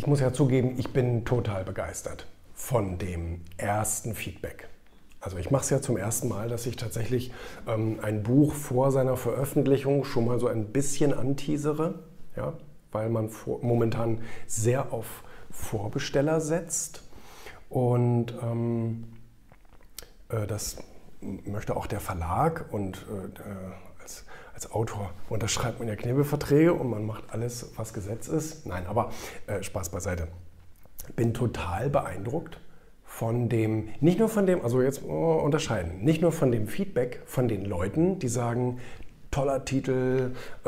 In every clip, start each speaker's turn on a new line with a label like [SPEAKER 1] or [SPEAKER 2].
[SPEAKER 1] Ich muss ja zugeben, ich bin total begeistert von dem ersten Feedback. Also ich mache es ja zum ersten Mal, dass ich tatsächlich ein Buch vor seiner Veröffentlichung schon mal so ein bisschen anteasere, ja, weil man momentan sehr auf Vorbesteller setzt. Und das möchte auch der Verlag und als Autor unterschreibt man ja Knebelverträge und man macht alles, was Gesetz ist. Nein, aber Spaß beiseite. Bin total beeindruckt von dem, nicht nur von dem, also jetzt unterscheiden, nicht nur von dem Feedback von den Leuten, die sagen, toller Titel,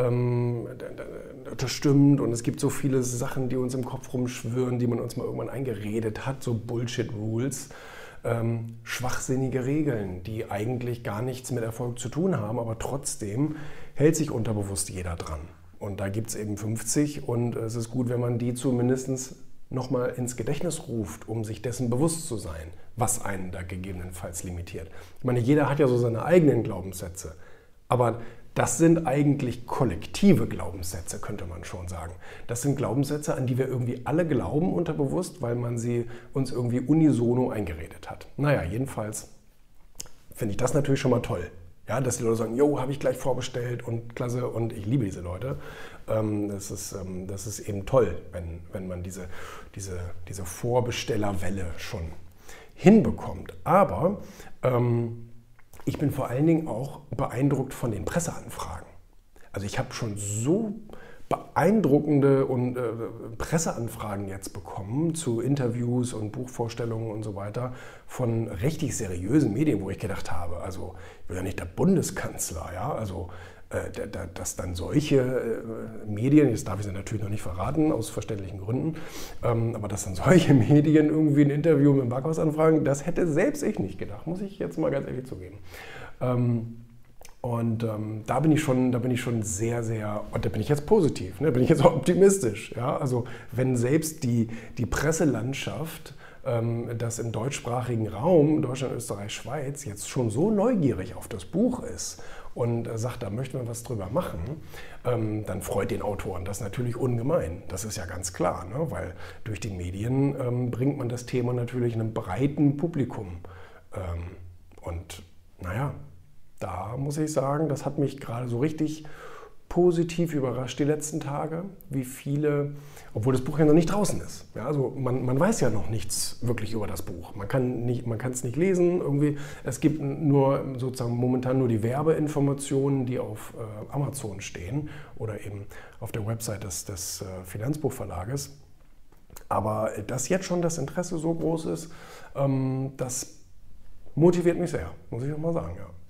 [SPEAKER 1] das stimmt und es gibt so viele Sachen, die uns im Kopf rumschwirren, die man uns mal irgendwann eingeredet hat, so Bullshit-Rules. Schwachsinnige Regeln, die eigentlich gar nichts mit Erfolg zu tun haben, aber trotzdem hält sich unterbewusst jeder dran. Und da gibt es eben 50 und es ist gut, wenn man die zumindest nochmal ins Gedächtnis ruft, um sich dessen bewusst zu sein, was einen da gegebenenfalls limitiert. Ich meine, jeder hat ja so seine eigenen Glaubenssätze, aber das sind eigentlich kollektive Glaubenssätze, könnte man schon sagen. Das sind Glaubenssätze, an die wir irgendwie alle glauben unterbewusst, weil man sie uns irgendwie unisono eingeredet hat. Naja, jedenfalls finde ich das natürlich schon mal toll. Ja, dass die Leute sagen, jo, habe ich gleich vorbestellt und klasse und ich liebe diese Leute. Das ist eben toll, wenn man diese Vorbestellerwelle schon hinbekommt. Aber ich bin vor allen Dingen auch beeindruckt von den Presseanfragen. Also ich habe schon so beeindruckende Presseanfragen jetzt bekommen zu Interviews und Buchvorstellungen und so weiter von richtig seriösen Medien, wo ich gedacht habe, also ich bin ja nicht der Bundeskanzler, ja, also dass dann solche Medien, jetzt darf ich sie natürlich noch nicht verraten, aus verständlichen Gründen, aber dass dann solche Medien irgendwie ein Interview mit dem Backhaus anfragen, das hätte selbst ich nicht gedacht, muss ich jetzt mal ganz ehrlich zugeben. Da bin ich schon sehr, sehr, und da bin ich jetzt positiv, ne? Bin ich jetzt auch optimistisch. Ja? Also wenn selbst die Presselandschaft, das im deutschsprachigen Raum, Deutschland, Österreich, Schweiz, jetzt schon so neugierig auf das Buch ist und sagt, da möchten wir was drüber machen, dann freut den Autoren das natürlich ungemein. Das ist ja ganz klar, ne? Weil durch die Medien bringt man das Thema natürlich einem breiten Publikum. Und naja, da muss ich sagen, das hat mich gerade so richtig positiv überrascht die letzten Tage, wie viele, obwohl das Buch ja noch nicht draußen ist. Ja, also man weiß ja noch nichts wirklich über das Buch. Man kann es nicht lesen irgendwie. Es gibt nur sozusagen momentan nur die Werbeinformationen, die auf Amazon stehen oder eben auf der Website des Finanzbuchverlages. Aber dass jetzt schon das Interesse so groß ist, das motiviert mich sehr, muss ich auch mal sagen. Ja.